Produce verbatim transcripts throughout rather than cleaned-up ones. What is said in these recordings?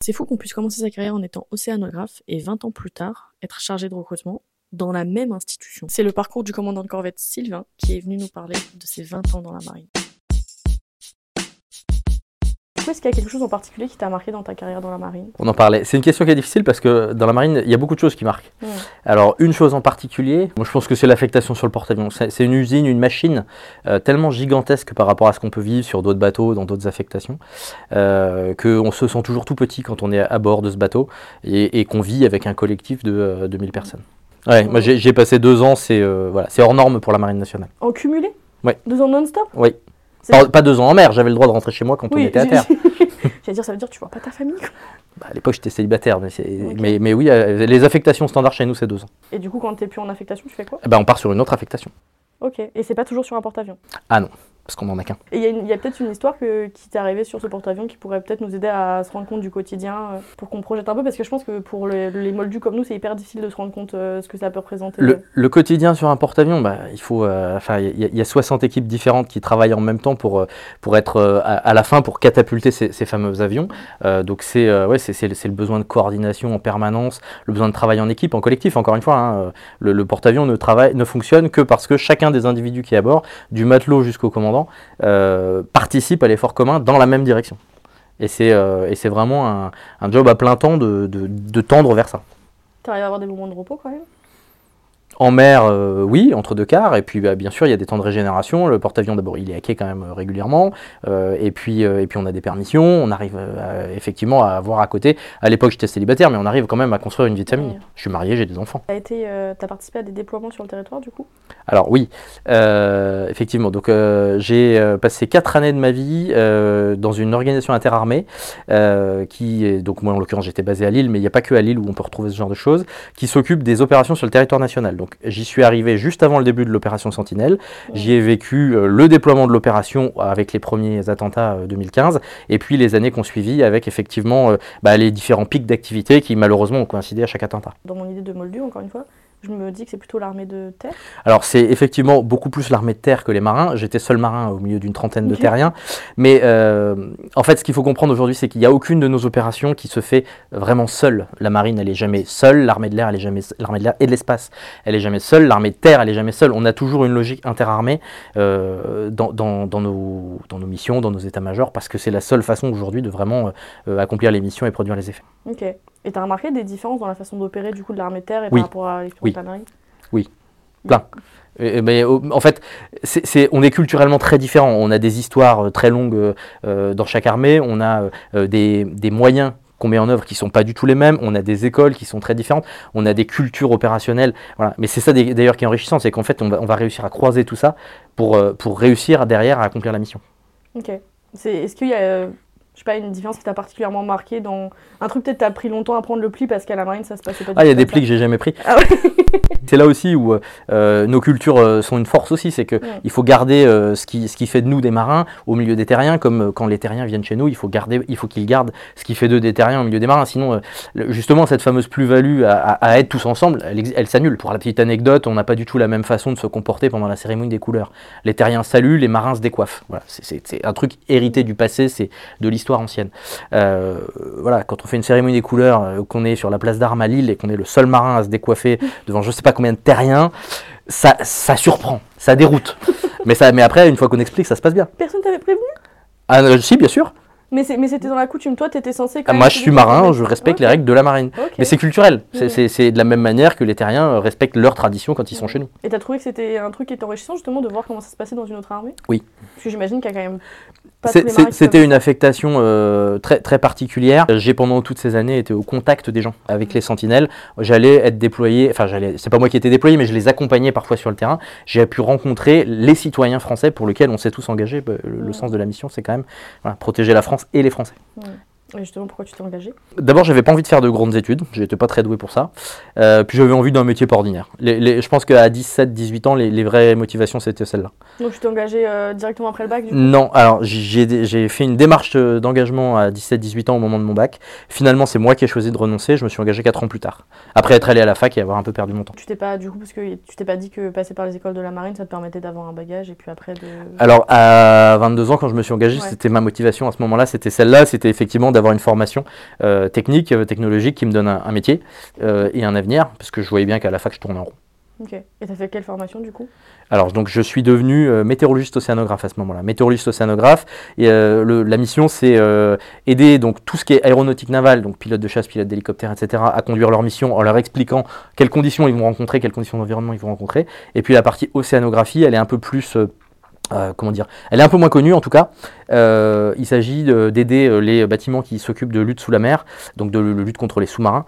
C'est fou qu'on puisse commencer sa carrière en étant océanographe et vingt ans plus tard, être chargé de recrutement dans la même institution. C'est le parcours du commandant de corvette Sylvain qui est venu nous parler de ses vingt ans dans la marine. Est-ce qu'il y a quelque chose en particulier qui t'a marqué dans ta carrière dans la marine? On en parlait. C'est une question qui est difficile parce que dans la marine, il y a beaucoup de choses qui marquent. Mmh. Alors, une chose en particulier, moi je pense que c'est l'affectation sur le porte-avions. C'est, c'est une usine, une machine euh, tellement gigantesque par rapport à ce qu'on peut vivre sur d'autres bateaux, dans d'autres affectations, euh, qu'on se sent toujours tout petit quand on est à bord de ce bateau et, et qu'on vit avec un collectif de euh, deux mille personnes. Ouais, mmh. Moi j'ai, j'ai passé deux ans, c'est, euh, voilà, c'est hors norme pour la marine nationale. En cumulé? Oui. Deux ans non-stop? Oui. Pas, pas deux ans en mer, j'avais le droit de rentrer chez moi quand oui, on était à terre. J'allais dire, ça veut dire que tu vois pas ta famille quoi. Bah, à l'époque, j'étais célibataire, mais, c'est... Okay. mais, mais oui, euh, les affectations standards chez nous, c'est deux ans. Et du coup, quand t'es plus en affectation, tu fais quoi? Eh ben, on part sur une autre affectation. Ok, et c'est pas toujours sur un porte-avions? Ah non, parce qu'on en a qu'un. Et il y, y a peut-être une histoire que, qui t'est arrivée sur ce porte-avions qui pourrait peut-être nous aider à se rendre compte du quotidien, euh, pour qu'on projette un peu, parce que je pense que pour le, les moldus comme nous, c'est hyper difficile de se rendre compte euh, ce que ça peut représenter. Le, le quotidien sur un porte-avions, bah, il faut, enfin, euh, il y, y a soixante équipes différentes qui travaillent en même temps pour, pour être euh, à, à la fin pour catapulter ces, ces fameux avions. Euh, donc c'est, euh, ouais, c'est, c'est, c'est le besoin de coordination en permanence, le besoin de travail en équipe, en collectif. Encore une fois, hein, le, le porte-avions ne travaille, ne fonctionne que parce que chacun des individus qui est à bord, du matelot jusqu'au commandant, euh, participe à l'effort commun dans la même direction. Et c'est, euh, et c'est vraiment un, un job à plein temps de, de, de tendre vers ça. Tu arrives à avoir des moments de repos quand même? En mer, euh, oui, entre deux quarts, et puis bah, bien sûr il y a des temps de régénération. Le porte-avions d'abord il est hacké quand même euh, régulièrement, euh, et, puis, euh, et puis on a des permissions, on arrive euh, effectivement à avoir à côté, à l'époque j'étais célibataire, mais on arrive quand même à construire une vie de famille. Ouais. Je suis marié, j'ai des enfants. Tu as été, euh, t'as participé à des déploiements sur le territoire du coup? Alors oui, euh, effectivement, donc euh, j'ai euh, passé quatre années de ma vie euh, dans une organisation interarmée, euh, qui est, donc moi en l'occurrence j'étais basé à Lille, mais il n'y a pas que à Lille où on peut retrouver ce genre de choses, qui s'occupe des opérations sur le territoire national. Donc j'y suis arrivé juste avant le début de l'opération Sentinelle. Ouais. J'y ai vécu euh, le déploiement de l'opération avec les premiers attentats euh, deux mille quinze, et puis les années qu'on suivit avec effectivement euh, bah, les différents pics d'activité qui malheureusement ont coïncidé à chaque attentat. Dans mon idée de moldu, encore une fois, je me dis que c'est plutôt l'armée de terre. Alors c'est effectivement beaucoup plus l'armée de terre que les marins. J'étais seul marin au milieu d'une trentaine de terriens. Mais euh, en fait, ce qu'il faut comprendre aujourd'hui, c'est qu'il n'y a aucune de nos opérations qui se fait vraiment seule. La marine, elle est jamais seule. L'armée de l'air, elle est jamais l'armée de l'air et de l'espace, elle est jamais seule. L'armée de terre, elle est jamais seule. On a toujours une logique interarmée euh, dans, dans, dans, nos, dans nos missions, dans nos états-majors, parce que c'est la seule façon aujourd'hui de vraiment euh, accomplir les missions et produire les effets. Ok. Et tu as remarqué des différences dans la façon d'opérer du coup de l'armée de terre et oui. par rapport à l'expérience oui. de la marine? Oui, plein. Et, mais en fait, c'est, c'est, on est culturellement très différents. On a des histoires très longues euh, dans chaque armée. On a euh, des, des moyens qu'on met en œuvre qui ne sont pas du tout les mêmes. On a des écoles qui sont très différentes. On a des cultures opérationnelles. Voilà. Mais c'est ça d'ailleurs qui est enrichissant, c'est qu'en fait, on va, on va réussir à croiser tout ça pour, pour réussir derrière à accomplir la mission. Ok. C'est, est-ce qu'il y a... Euh... Je sais pas, une différence qui t'a particulièrement marqué dans... Un truc peut-être t'as pris longtemps à prendre le pli parce qu'à la marine ça se passait pas du tout. Ah, il y a des plis que j'ai jamais pris. Ah ouais. C'est là aussi où euh, nos cultures euh, sont une force aussi, c'est qu'il ouais. faut garder euh, ce, qui, ce qui fait de nous des marins au milieu des terriens, comme euh, quand les terriens viennent chez nous, il faut, garder, il faut qu'ils gardent ce qui fait d'eux des terriens au milieu des marins, sinon euh, justement cette fameuse plus-value à, à, à être tous ensemble, elle, elle s'annule. Pour la petite anecdote, on n'a pas du tout la même façon de se comporter pendant la cérémonie des couleurs. Les terriens saluent, les marins se décoiffent. Voilà, c'est, c'est, c'est un truc hérité du passé, c'est de l'histoire ancienne. Euh, voilà, quand on fait une cérémonie des couleurs, euh, qu'on est sur la place d'Armes à Lille et qu'on est le seul marin à se décoiffer devant je sais pas combien de terriens, ça, ça surprend, ça déroute. mais, ça, mais après, une fois qu'on explique, ça se passe bien. Personne t'avait prévenu? Ah, euh, si, bien sûr. Mais, c'est, mais c'était dans la coutume, toi, t'étais censé quand ah, même... Moi, je suis marin, je respecte okay. les règles de la marine. Okay. Mais c'est culturel, c'est, mmh. c'est, c'est de la même manière que les terriens respectent leurs traditions quand ils mmh. sont chez nous. Et t'as trouvé que c'était un truc qui était enrichissant, justement, de voir comment ça se passait dans une autre armée? Oui. Parce que j'imagine qu'il y a quand même... C'est, c'est, c'était une affectation euh, très, très particulière. J'ai pendant toutes ces années été au contact des gens avec les sentinelles. J'allais être déployé, enfin j'allais, c'est pas moi qui étais déployé, mais je les accompagnais parfois sur le terrain. J'ai pu rencontrer les citoyens français pour lesquels on s'est tous engagés. Le, le mmh. sens de la mission, c'est quand même voilà, protéger la France et les Français. Mmh. Et justement, pourquoi tu t'es engagé? D'abord, j'avais pas envie de faire de grandes études, j'étais pas très doué pour ça. Euh, puis j'avais envie d'un métier pas ordinaire. Les, les, je pense qu'à dix-sept dix-huit ans, les, les vraies motivations, c'était celle-là. Donc tu t'es engagé euh, directement après le bac du coup? Non, alors j'ai, j'ai fait une démarche d'engagement à dix-sept dix-huit ans au moment de mon bac. Finalement, c'est moi qui ai choisi de renoncer, je me suis engagé quatre ans plus tard. Après être allé à la fac et avoir un peu perdu mon temps. Tu t'es pas, du coup, parce que tu t'es pas dit que passer par les écoles de la marine, ça te permettait d'avoir un bagage et puis après de... Alors à vingt-deux ans, quand je me suis engagé, ouais. c'était ma motivation à ce moment-là, c'était celle-là, c'était effectivement d'avoir d'avoir une formation euh, technique, euh, technologique qui me donne un, un métier euh, et un avenir, parce que je voyais bien qu'à la fac je tournais en rond. Ok. Et tu as fait quelle formation du coup? Alors, donc, je suis devenu euh, météorologiste océanographe à ce moment-là. Météorologiste océanographe. Et euh, le, la mission, c'est euh, aider donc, tout ce qui est aéronautique navale, donc pilote de chasse, pilote d'hélicoptère, et cetera, à conduire leur mission en leur expliquant quelles conditions ils vont rencontrer, quelles conditions d'environnement ils vont rencontrer. Et puis la partie océanographie, elle est un peu plus... Euh, Euh, comment dire, elle est un peu moins connue en tout cas. Euh, il s'agit d'aider euh, les bâtiments qui s'occupent de lutte sous la mer, donc de, de lutte contre les sous-marins,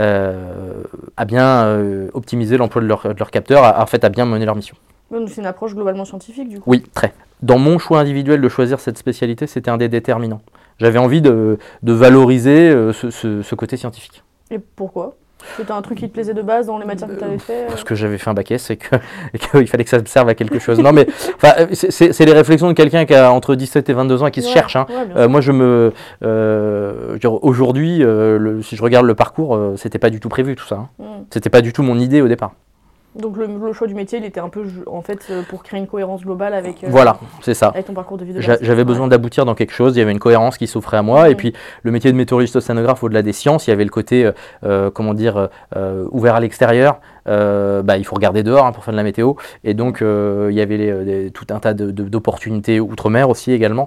euh, à bien euh, optimiser l'emploi de leurs leur capteurs, à, en fait à bien mener leur mission. Donc c'est une approche globalement scientifique du coup. Oui, très. Dans mon choix individuel de choisir cette spécialité, c'était un des déterminants. J'avais envie de, de valoriser euh, ce, ce, ce côté scientifique. Et pourquoi? C'était un truc qui te plaisait de base dans les matières que tu avais fait? Parce que j'avais fait un bac S et qu'il fallait que ça serve à quelque chose. Non mais c'est les réflexions de quelqu'un qui a entre dix-sept et vingt-deux ans et qui ouais, se cherche. Hein. Ouais, euh, moi je me... Euh, aujourd'hui, euh, si je regarde le parcours, euh, c'était pas du tout prévu tout ça. Hein. Mm. C'était pas du tout mon idée au départ. Donc le, le choix du métier, il était un peu en fait pour créer une cohérence globale avec, euh, voilà, c'est ça. Avec ton parcours de vie de base. J'avais besoin d'aboutir dans quelque chose, il y avait une cohérence qui s'offrait à moi. Mmh. Et puis le métier de météorologiste océanographe, au-delà des sciences, il y avait le côté euh, comment dire, euh, ouvert à l'extérieur. Euh, bah, il faut regarder dehors hein, pour faire de la météo. Et donc euh, il y avait les, les, tout un tas d'opportunités outre-mer aussi également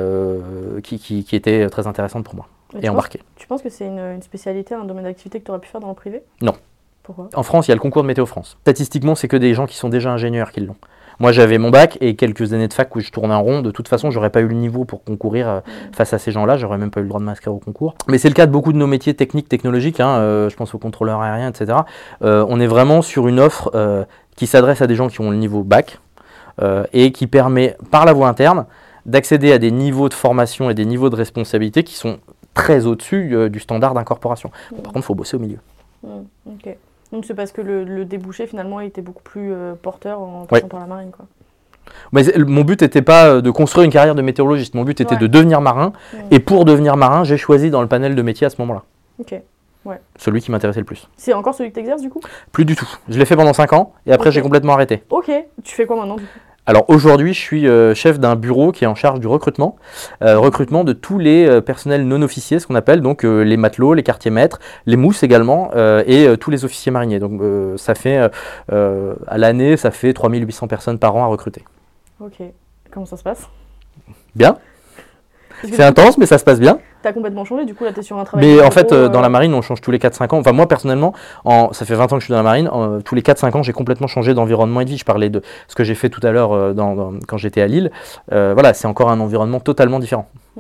euh, qui, qui, qui étaient très intéressantes pour moi et, et embarquées. Tu penses que c'est une, une spécialité, un domaine d'activité que tu aurais pu faire dans le privé? Non. Pourquoi? En France, il y a le concours de Météo France. Statistiquement, c'est que des gens qui sont déjà ingénieurs qui l'ont. Moi, j'avais mon bac et quelques années de fac où je tournais en rond. De toute façon, j'aurais pas eu le niveau pour concourir euh, mmh. face à ces gens-là. J'aurais même pas eu le droit de m'inscrire au concours. Mais c'est le cas de beaucoup de nos métiers techniques, technologiques. Hein, euh, je pense aux contrôleurs aériens, et cetera. Euh, on est vraiment sur une offre euh, qui s'adresse à des gens qui ont le niveau bac euh, et qui permet, par la voie interne, d'accéder à des niveaux de formation et des niveaux de responsabilité qui sont très au-dessus euh, du standard d'incorporation. Mmh. Par contre, il faut bosser au milieu. Mmh. Okay. Donc c'est parce que le, le débouché finalement était beaucoup plus euh, porteur en passant ouais. par la marine quoi. Mais mon but n'était pas de construire une carrière de météorologiste, mon but était ouais. de devenir marin mmh. et pour devenir marin j'ai choisi dans le panel de métiers à ce moment-là. Ok. Ouais. Celui qui m'intéressait le plus. C'est encore celui que tu exerces du coup? Plus du tout. Je l'ai fait pendant cinq ans et après okay. j'ai complètement arrêté. Ok. Tu fais quoi maintenant du coup? Alors aujourd'hui, je suis euh, chef d'un bureau qui est en charge du recrutement, euh, recrutement de tous les euh, personnels non officiers, ce qu'on appelle donc euh, les matelots, les quartiers maîtres, les mousses également, euh, et euh, tous les officiers mariniers. Donc euh, ça fait euh, à l'année, ça fait trois mille huit cents personnes par an à recruter. Ok. Comment ça se passe? Bien. C'est intense, mais ça se passe bien. Tu as complètement changé, du coup, là, tu es sur un travail. Mais en fait, euh, dans la marine, on change tous les quatre cinq ans. Enfin, moi, personnellement, en, ça fait vingt ans que je suis dans la marine. En, tous les quatre cinq ans, j'ai complètement changé d'environnement et de vie. Je parlais de ce que j'ai fait tout à l'heure euh, dans, dans, quand j'étais à Lille. Euh, voilà, c'est encore un environnement totalement différent. Hmm.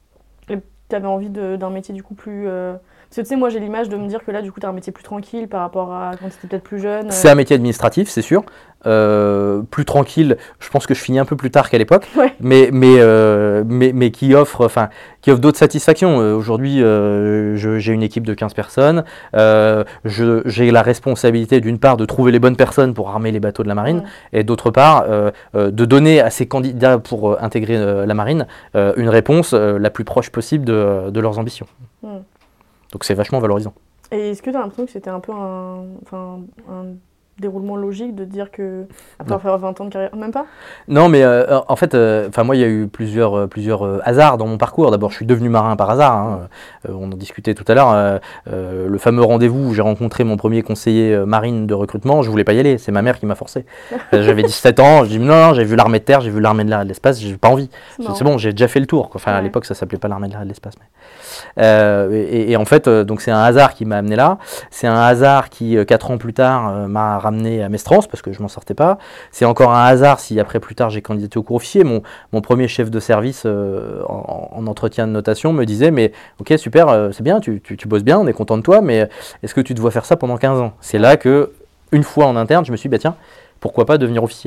Et tu avais envie d'un métier, du coup, plus... Euh... Parce que tu sais, moi, j'ai l'image de me dire que là, du coup, tu as un métier plus tranquille par rapport à quand tu étais peut-être plus jeune. C'est un métier administratif, c'est sûr. Euh, plus tranquille, je pense que je finis un peu plus tard qu'à l'époque, ouais. mais, mais, euh, mais, mais qui offre, enfin, qui offre d'autres satisfactions. Euh, Aujourd'hui, euh, j'ai une équipe de quinze personnes. Euh, j'ai la responsabilité, d'une part, de trouver les bonnes personnes pour armer les bateaux de la marine, ouais. et d'autre part, euh, euh, de donner à ces candidats pour euh, intégrer euh, la marine euh, une réponse euh, la plus proche possible de, de leurs ambitions. Ouais. Donc c'est vachement valorisant. Et est-ce que tu as l'impression que c'était un peu un, enfin, un déroulement logique de dire que après faire vingt ans de carrière, même pas? Non, mais euh, en fait, euh, moi, il y a eu plusieurs, euh, plusieurs euh, hasards dans mon parcours. D'abord, je suis devenu marin par hasard. Hein. Euh, on en discutait tout à l'heure. Euh, euh, le fameux rendez-vous où j'ai rencontré mon premier conseiller euh, marine de recrutement, je voulais pas y aller. C'est ma mère qui m'a forcé. euh, J'avais dix-sept ans. Je dis non, non, j'ai vu l'armée de terre, j'ai vu l'armée de l'espace, j'ai pas envie. C'est bon, j'ai déjà fait le tour. Enfin, ouais. À l'époque, ça s'appelait pas l'armée de l'espace. Mais... Euh, et, et en fait, euh, donc c'est un hasard qui m'a amené là. C'est un hasard qui, euh, quatre ans plus tard, euh, m'a ramené à Mestrance parce que je m'en sortais pas. C'est encore un hasard si après plus tard j'ai candidaté au cours officier. Mon, mon premier chef de service euh, en, en entretien de notation me disait mais ok super, euh, c'est bien, tu, tu, tu bosses bien, on est content de toi, mais est-ce que tu te vois faire ça pendant quinze ans? C'est là que, une fois en interne, je me suis dit bah tiens, pourquoi pas devenir officier?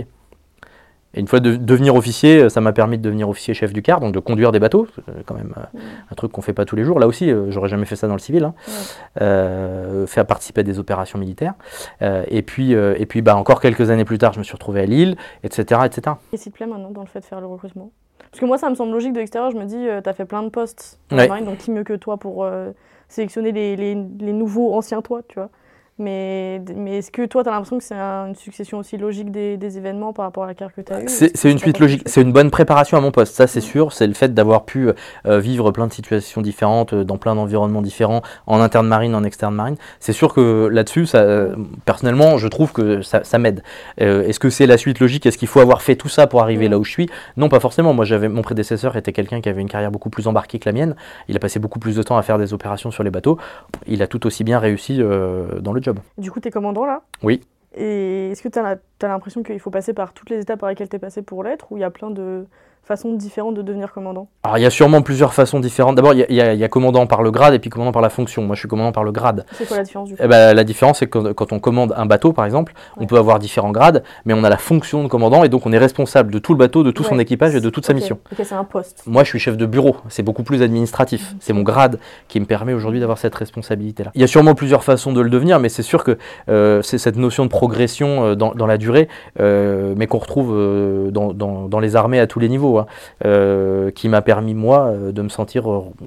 Et une fois de devenir officier, ça m'a permis de devenir officier chef du quart, donc de conduire des bateaux, c'est quand même euh, un truc qu'on fait pas tous les jours. Là aussi, euh, j'aurais jamais fait ça dans le civil, hein. Ouais. euh, faire participer à des opérations militaires. Euh, et puis, euh, et puis bah, encore quelques années plus tard, je me suis retrouvé à Lille, et cetera, et cetera. Qu'est-ce qui te plaît maintenant dans le fait de faire le recrutement? Parce que moi, ça me semble logique de l'extérieur, je me dis, euh, tu as fait plein de postes dans ouais. la marine, donc qui mieux que toi pour euh, sélectionner les, les, les nouveaux anciens toi, tu vois. Mais, mais est-ce que toi, tu as l'impression que c'est un, une succession aussi logique des, des événements par rapport à la carrière que tu as eue? C'est une suite logique, c'est une bonne préparation à mon poste, ça c'est mmh. sûr. C'est le fait d'avoir pu euh, vivre plein de situations différentes, euh, dans plein d'environnements différents, en interne marine, en externe marine. C'est sûr que là-dessus, ça, euh, personnellement, je trouve que ça, ça m'aide. Euh, Est-ce que c'est la suite logique? Est-ce qu'il faut avoir fait tout ça pour arriver mmh. là où je suis? Non, pas forcément. Moi, j'avais mon prédécesseur était quelqu'un qui avait une carrière beaucoup plus embarquée que la mienne. Il a passé beaucoup plus de temps à faire des opérations sur les bateaux. Il a tout aussi bien réussi euh, dans le job. Du coup, tu es commandant là? Oui. Et est-ce que tu as l'impression qu'il faut passer par toutes les étapes par lesquelles tu es passé pour l'être, ou il y a plein de façons différentes de devenir commandant? Alors, il y a sûrement plusieurs façons différentes. D'abord, il, il, il y a commandant par le grade et puis commandant par la fonction. Moi, je suis commandant par le grade. C'est quoi la différence du coup? Eh ben, la différence, c'est que quand, quand on commande un bateau, par exemple, ouais. on peut avoir différents grades, mais on a la fonction de commandant et donc on est responsable de tout le bateau, de tout ouais. son équipage et de toute okay. sa mission. Ok, c'est un poste. Moi, je suis chef de bureau. C'est beaucoup plus administratif. Mmh. C'est mon grade qui me permet aujourd'hui d'avoir cette responsabilité-là. Il y a sûrement plusieurs façons de le devenir, mais c'est sûr que euh, c'est cette notion de progression euh, dans, dans la durée, euh, mais qu'on retrouve euh, dans, dans, dans les armées à tous les niveaux. Hein. Euh, qui m'a permis, moi, de me sentir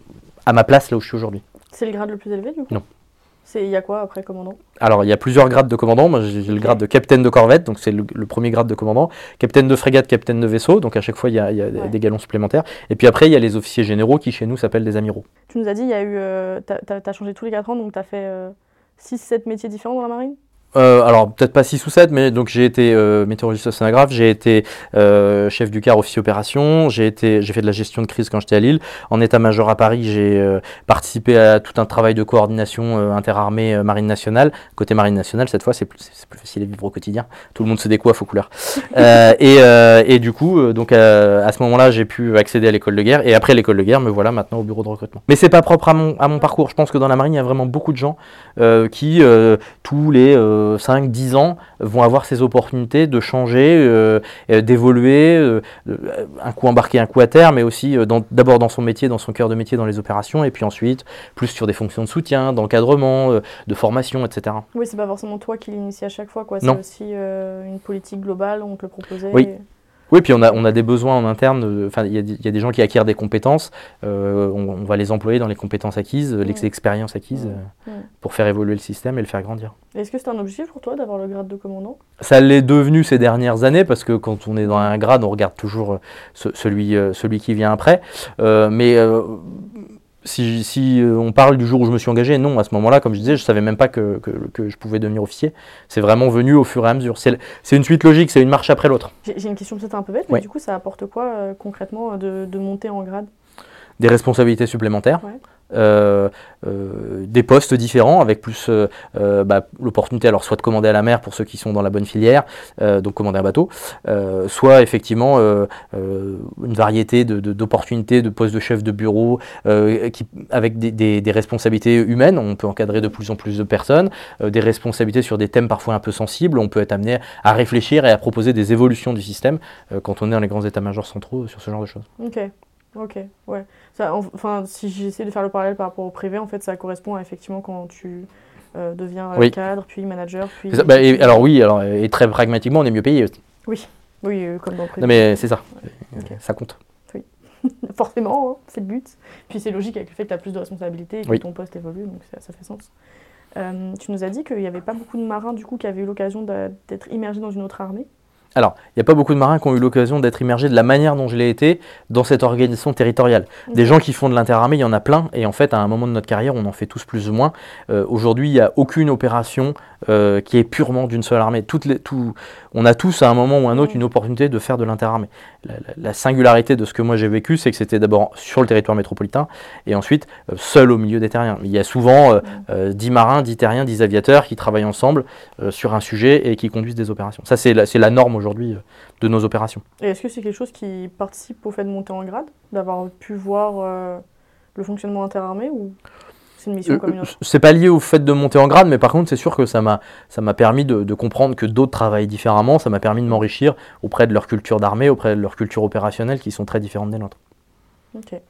à ma place là où je suis aujourd'hui. C'est le grade le plus élevé, du coup? Non. Il y a quoi après commandant? Alors, il y a plusieurs grades de commandant. Moi, j'ai okay. le grade de capitaine de corvette, donc c'est le, le premier grade de commandant. Capitaine de frégate, capitaine de vaisseau, donc à chaque fois, il y a, il y a ouais. des galons supplémentaires. Et puis après, il y a les officiers généraux qui, chez nous, s'appellent des amiraux. Tu nous as dit, il y a eu, euh, tu as changé tous les quatre ans, donc tu as fait euh, six sept métiers différents dans la marine? Euh, alors peut-être pas six ou sept, mais donc j'ai été euh, météorologiste océanographe, j'ai été euh, chef du quart officier opération, j'ai été j'ai fait de la gestion de crise quand j'étais à Lille. En état-major à Paris, j'ai euh, participé à tout un travail de coordination euh, interarmée euh, marine nationale. Côté marine nationale, cette fois c'est plus, c'est plus facile à vivre au quotidien. Tout le monde se décoiffe aux couleurs. euh, et, euh, et du coup, euh, donc euh, à ce moment-là, j'ai pu accéder à l'école de guerre. Et après l'école de guerre, me voilà maintenant au bureau de recrutement. Mais c'est pas propre à mon à mon parcours. Je pense que dans la marine, il y a vraiment beaucoup de gens euh, qui euh, tous les euh, cinq dix ans vont avoir ces opportunités de changer, euh, d'évoluer, euh, un coup embarqué, un coup à terre, mais aussi euh, d'abord dans son métier, dans son cœur de métier, dans les opérations, et puis ensuite plus sur des fonctions de soutien, d'encadrement, euh, de formation, et cetera. Oui, c'est pas forcément toi qui l'initie à chaque fois, quoi. C'est aussi euh, une politique globale, on te le proposait. Oui. Oui, puis on a, on a des besoins en interne, enfin il y, y a des gens qui acquièrent des compétences, euh, on, on va les employer dans les compétences acquises, mmh. les expériences acquises, mmh. euh, pour faire évoluer le système et le faire grandir. Est-ce que c'est un objectif pour toi d'avoir le grade de commandant? Ça l'est devenu ces dernières années, parce que quand on est dans un grade, on regarde toujours ce, celui, celui qui vient après, euh, mais... Euh, Si, si euh, on parle du jour où je me suis engagé, non, à ce moment-là, comme je disais, je ne savais même pas que, que, que je pouvais devenir officier. C'est vraiment venu au fur et à mesure. C'est une suite logique, c'est une marche après l'autre. J'ai une question peut-être un peu bête, mais ouais. du coup, ça apporte quoi euh, concrètement de, de monter en grade? Des responsabilités supplémentaires. Ouais. Euh, euh, des postes différents avec plus euh, euh, bah, l'opportunité alors soit de commander à la mer pour ceux qui sont dans la bonne filière, euh, donc commander un bateau, euh, soit effectivement euh, euh, une variété d'opportunités de, de, de postes de chef de bureau euh, qui, avec des, des, des responsabilités humaines. On peut encadrer de plus en plus de personnes, euh, des responsabilités sur des thèmes parfois un peu sensibles. On peut être amené à réfléchir et à proposer des évolutions du système euh, quand on est dans les grands états-majors centraux sur ce genre de choses. Ok. Ok, ouais. Ça, enfin, si j'essaie de faire le parallèle par rapport au privé, en fait, ça correspond à effectivement quand tu euh, deviens oui. cadre, puis manager, puis... Ça, bah, et, alors oui, alors, et très pragmatiquement, on est mieux payé aussi. Oui, oui, euh, comme dans le privé. Non mais c'est ça, okay. ça compte. Oui, forcément, hein, c'est le but. Puis c'est logique avec le fait que tu as plus de responsabilités et que oui. ton poste évolue, donc ça, ça fait sens. Euh, tu nous as dit qu'il n'y avait pas beaucoup de marins du coup qui avaient eu l'occasion d'être immergés dans une autre armée. Alors, il n'y a pas beaucoup de marins qui ont eu l'occasion d'être immergés de la manière dont je l'ai été dans cette organisation territoriale. Okay. Des gens qui font de l'interarmée, il y en a plein, et en fait, à un moment de notre carrière, on en fait tous plus ou moins. Euh, Aujourd'hui, il n'y a aucune opération euh, qui est purement d'une seule armée. Toutes les, tout, on a tous, à un moment ou à un autre, une opportunité de faire de l'interarmée. La, la, la singularité de ce que moi j'ai vécu, c'est que c'était d'abord sur le territoire métropolitain, et ensuite, euh, seul au milieu des terriens. Il y a souvent euh, euh, dix marins, dix terriens, dix aviateurs qui travaillent ensemble euh, sur un sujet et qui conduisent des opérations. Ça, c'est la, c'est la norme aujourd'hui de nos opérations. Et est-ce que c'est quelque chose qui participe au fait de monter en grade, d'avoir pu voir euh, le fonctionnement interarmé, ou c'est une mission euh, comme une autre? C'est pas lié au fait de monter en grade, mais par contre c'est sûr que ça m'a ça m'a permis de, de comprendre que d'autres travaillent différemment, ça m'a permis de m'enrichir auprès de leur culture d'armée, auprès de leur culture opérationnelle qui sont très différentes des nôtres. Ok.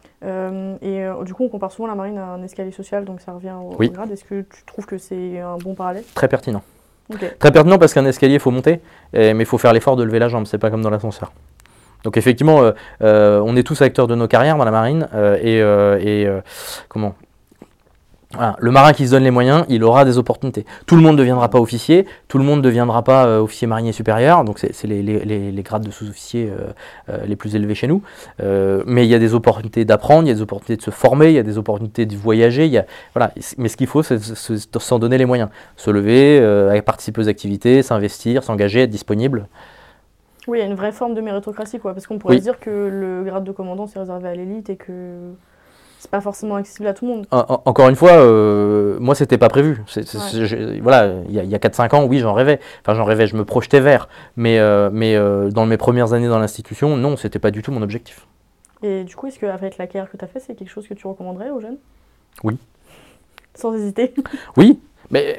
Euh, et euh, du coup on compare souvent la marine à un escalier social, donc ça revient au, oui. au grade. Est-ce que tu trouves que c'est un bon parallèle? Très pertinent. Okay. Très pertinent parce qu'un escalier, il faut monter, et, mais il faut faire l'effort de lever la jambe, c'est pas comme dans l'ascenseur. Donc effectivement, euh, euh, on est tous acteurs de nos carrières dans la marine, euh, et, euh, et euh, comment Voilà. Le marin qui se donne les moyens, il aura des opportunités. Tout le monde ne deviendra pas officier, tout le monde ne deviendra pas euh, officier marinier supérieur, donc c'est, c'est les, les, les, les grades de sous-officiers euh, euh, les plus élevés chez nous. Euh, mais il y a des opportunités d'apprendre, il y a des opportunités de se former, il y a des opportunités de voyager. Il y a, voilà. Mais ce qu'il faut, c'est, c'est, c'est s'en donner les moyens. Se lever, euh, participer aux activités, s'investir, s'engager, être disponible. Oui, il y a une vraie forme de méritocratie, quoi, parce qu'on pourrait oui. se dire que le grade de commandant, c'est réservé à l'élite et que c'est pas forcément accessible à tout le monde. En, encore une fois, euh, moi, c'était pas prévu. C'est, c'est, ouais. je, voilà, il y a, y a quatre cinq ans, oui, j'en rêvais. Enfin, j'en rêvais, je me projetais vers. Mais, euh, mais euh, dans mes premières années dans l'institution, non, c'était pas du tout mon objectif. Et du coup, est-ce qu'avec la carrière que tu as fait, c'est quelque chose que tu recommanderais aux jeunes ? Oui. Sans hésiter ? Oui, mais...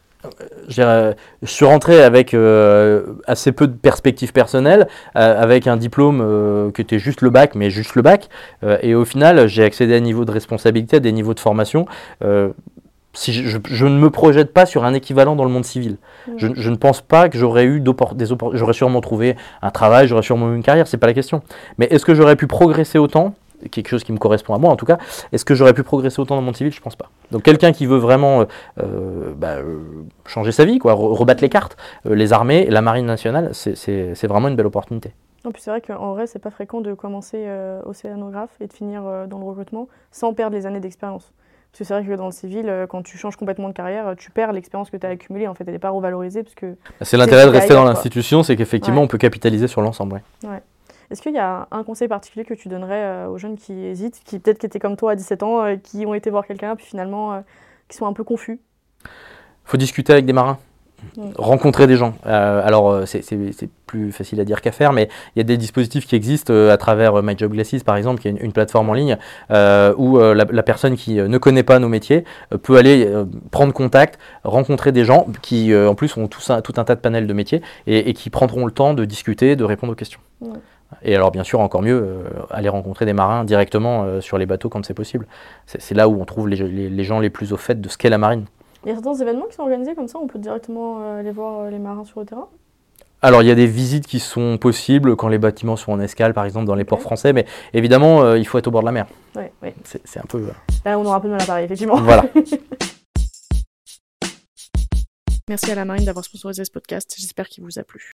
Je, dirais, je suis rentré avec euh, assez peu de perspectives personnelles, euh, avec un diplôme euh, qui était juste le bac, mais juste le bac. Euh, et au final, j'ai accédé à des niveaux de responsabilité, à des niveaux de formation. Euh, si je, je, je ne me projette pas sur un équivalent dans le monde civil. Mmh. Je, je ne pense pas que j'aurais eu d'oppor- des oppor- j'aurais sûrement trouvé un travail, j'aurais sûrement eu une carrière, c'est pas la question. Mais est-ce que j'aurais pu progresser autant ? Quelque chose qui me correspond à moi en tout cas, est-ce que j'aurais pu progresser autant dans le monde civil ? Je pense pas. Donc quelqu'un qui veut vraiment euh, bah, euh, changer sa vie, quoi, re- rebattre les cartes, euh, les armées, la marine nationale, c'est, c'est, c'est vraiment une belle opportunité. Non, puis c'est vrai qu'en vrai, c'est pas fréquent de commencer euh, océanographe et de finir euh, dans le recrutement sans perdre les années d'expérience. Parce que c'est vrai que dans le civil, euh, quand tu changes complètement de carrière, tu perds l'expérience que tu as accumulée. En fait, elle n'est pas revalorisée. Parce que c'est l'intérêt de rester ailleurs, dans l'institution, quoi. C'est qu'effectivement, ouais. on peut capitaliser sur l'ensemble. Ouais. Ouais. Est-ce qu'il y a un conseil particulier que tu donnerais euh, aux jeunes qui hésitent, qui peut-être qui étaient comme toi à dix-sept ans, euh, qui ont été voir quelqu'un, puis finalement, euh, qui sont un peu confus ? Il faut discuter avec des marins, mmh. rencontrer des gens. Euh, alors, c'est, c'est, c'est plus facile à dire qu'à faire, mais il y a des dispositifs qui existent euh, à travers My Job Glasses, par exemple, qui est une, une plateforme en ligne, euh, où euh, la, la personne qui euh, ne connaît pas nos métiers euh, peut aller euh, prendre contact, rencontrer des gens qui, euh, en plus, ont tout un, tout un tas de panels de métiers et, et qui prendront le temps de discuter, de répondre aux questions. Mmh. Et alors bien sûr, encore mieux, euh, aller rencontrer des marins directement euh, sur les bateaux quand c'est possible. C'est, c'est là où on trouve les, les, les gens les plus au fait de ce qu'est la marine. Il y a certains événements qui sont organisés comme ça, on peut directement euh, aller voir euh, les marins sur le terrain ? Alors il y a des visites qui sont possibles quand les bâtiments sont en escale, par exemple dans les okay. ports français, mais évidemment, euh, il faut être au bord de la mer. Ouais, ouais. C'est, c'est un peu... Euh... Là, on aura un peu de mal à parler, effectivement. Voilà. Merci à la marine d'avoir sponsorisé ce podcast, j'espère qu'il vous a plu.